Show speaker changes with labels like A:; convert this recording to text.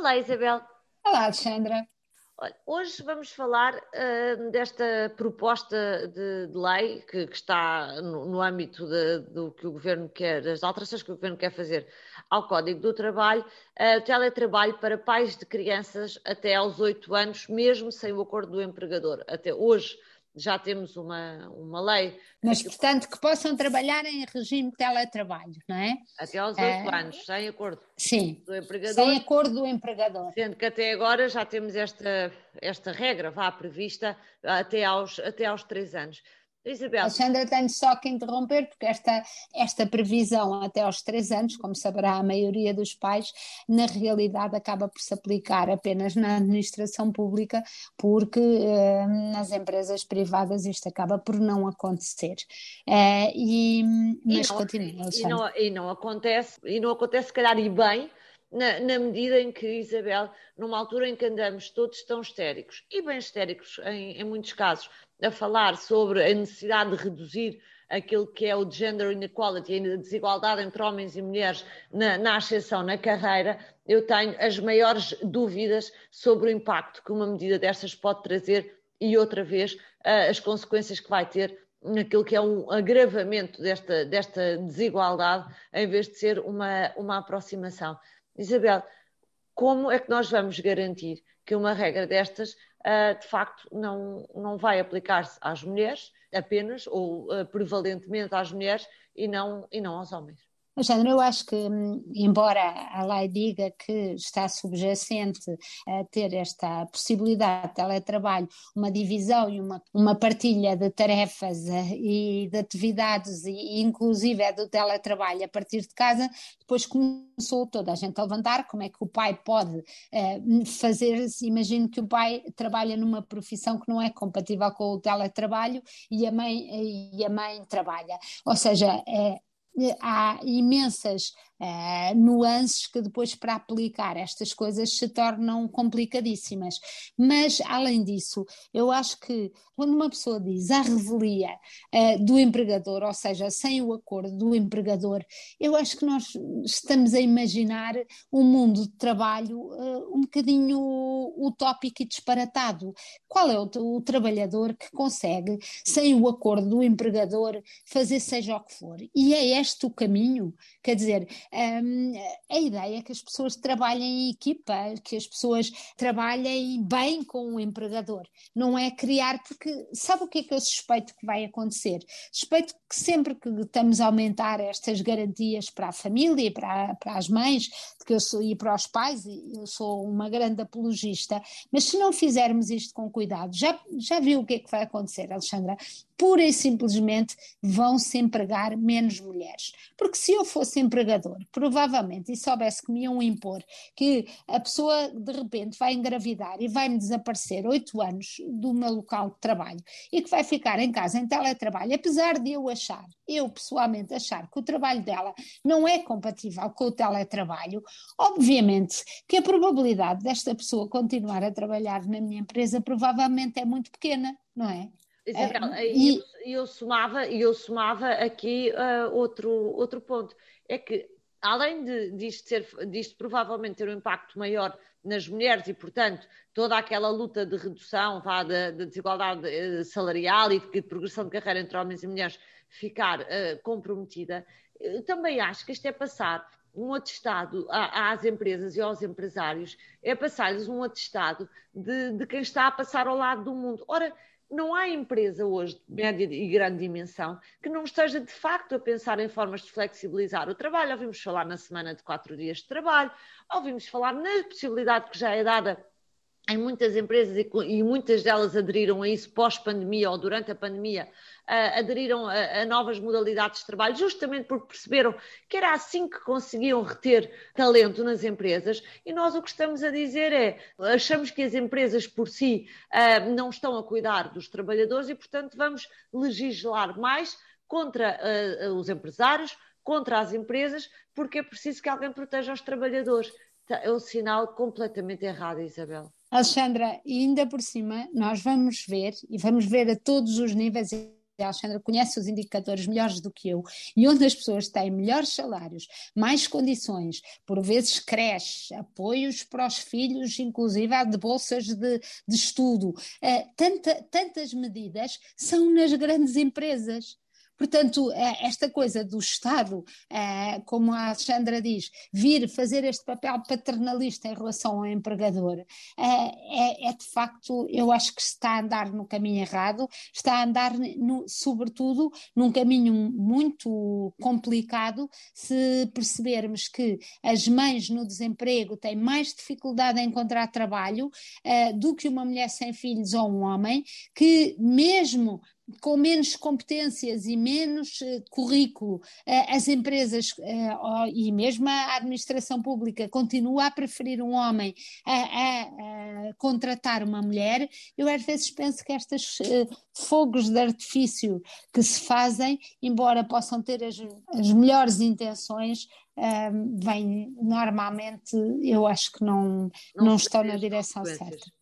A: Olá, Isabel.
B: Olá, Alexandra.
A: Olha, hoje vamos falar desta proposta de lei que está no âmbito do que o Governo quer, das alterações que o Governo quer fazer ao Código do Trabalho, teletrabalho para pais de crianças até aos 8 anos, mesmo sem o acordo do empregador. Até hoje já temos uma lei
B: Mas, portanto, que possam trabalhar em regime de teletrabalho, não é?
A: até aos 8 anos, sem acordo
B: Sim,
A: do empregador.
B: sem acordo do empregador.
A: Sendo que até agora já temos esta regra prevista até aos 3 anos. Isabel,
B: Alexandra, tenho só que interromper, porque esta previsão até aos 3 anos, como saberá a maioria dos pais, na realidade acaba por se aplicar apenas na administração pública, porque nas empresas privadas isto acaba por não acontecer. Mas continua, Alexandra.
A: não acontece, se calhar, e bem, na medida em que, Isabel, numa altura em que andamos todos tão histéricos, e bem histéricos em muitos casos, a falar sobre a necessidade de reduzir aquilo que é o gender inequality, a desigualdade entre homens e mulheres na ascensão na carreira, eu tenho as maiores dúvidas sobre o impacto que uma medida destas pode trazer e, outra vez, as consequências que vai ter naquilo que é um agravamento desta desigualdade, em vez de ser uma aproximação. Isabel, como é que nós vamos garantir que uma regra destas, de facto, não vai aplicar-se às mulheres apenas, ou prevalentemente às mulheres, e não aos homens?
B: Alexandre, eu acho que, embora a lei diga que está subjacente a ter esta possibilidade de teletrabalho, uma divisão e uma partilha de tarefas e de atividades, e inclusive é do teletrabalho a partir de casa, depois começou toda a gente a levantar como é que o pai pode fazer. Imagino que o pai trabalha numa profissão que não é compatível com o teletrabalho e a mãe trabalha, ou seja, há imensas nuances que depois, para aplicar estas coisas, se tornam complicadíssimas. Mas, além disso, eu acho que quando uma pessoa diz à revelia do empregador, ou seja, sem o acordo do empregador, eu acho que nós estamos a imaginar um mundo de trabalho um bocadinho utópico e disparatado. Qual é o trabalhador que consegue, sem o acordo do empregador, fazer seja o que for? E é este o caminho? Quer dizer, a ideia é que as pessoas trabalhem em equipa, que as pessoas trabalhem bem com o empregador, não é criar, porque sabe o que é que eu suspeito que vai acontecer? Suspeito que sempre que estamos a aumentar estas garantias para a família e para as mães, e para os pais, e eu sou uma grande apologista, mas se não fizermos isto com cuidado, já viu o que é que vai acontecer, Alexandra? Pura e simplesmente vão-se empregar menos mulheres. Porque se eu fosse empregador, provavelmente, e soubesse que me iam impor que a pessoa de repente vai engravidar e vai-me desaparecer 8 anos do meu local de trabalho e que vai ficar em casa em teletrabalho, apesar de eu pessoalmente achar que o trabalho dela não é compatível com o teletrabalho, obviamente que a probabilidade desta pessoa continuar a trabalhar na minha empresa provavelmente é muito pequena, não é?
A: Isabel, eu somava aqui outro ponto, é que além disto provavelmente ter um impacto maior nas mulheres e, portanto, toda aquela luta de redução da desigualdade salarial e de progressão de carreira entre homens e mulheres ficar comprometida, eu também acho que isto é passar um atestado às empresas e aos empresários, é passar-lhes um atestado de quem está a passar ao lado do mundo. Ora, não há empresa hoje de média e grande dimensão que não esteja de facto a pensar em formas de flexibilizar o trabalho. Ouvimos falar na semana de 4 dias de trabalho, ouvimos falar na possibilidade que já é dada em muitas empresas, e muitas delas aderiram a isso pós-pandemia ou durante a pandemia, aderiram a novas modalidades de trabalho, justamente porque perceberam que era assim que conseguiam reter talento nas empresas. E nós o que estamos a dizer é, achamos que as empresas por si não estão a cuidar dos trabalhadores e, portanto, vamos legislar mais contra os empresários, contra as empresas, porque é preciso que alguém proteja os trabalhadores. É um sinal completamente errado,
B: Alexandra, e ainda por cima, nós vamos ver, e vamos ver a todos os níveis, a Alexandra conhece os indicadores melhores do que eu, e onde as pessoas têm melhores salários, mais condições, por vezes creches, apoios para os filhos, inclusive há de bolsas de estudo, tantas medidas são nas grandes empresas. Portanto, esta coisa do Estado, como a Alexandra diz, vir fazer este papel paternalista em relação ao empregador, de facto, eu acho que está a andar no caminho errado, está a andar, sobretudo, num caminho muito complicado, se percebermos que as mães no desemprego têm mais dificuldade em encontrar trabalho do que uma mulher sem filhos ou um homem, que mesmo com menos competências e menos currículo, as empresas e mesmo a administração pública continua a preferir um homem a contratar uma mulher. Eu às vezes penso que estes fogos de artifício que se fazem, embora possam ter as melhores intenções, vêm normalmente, eu acho que não estão na direção certa.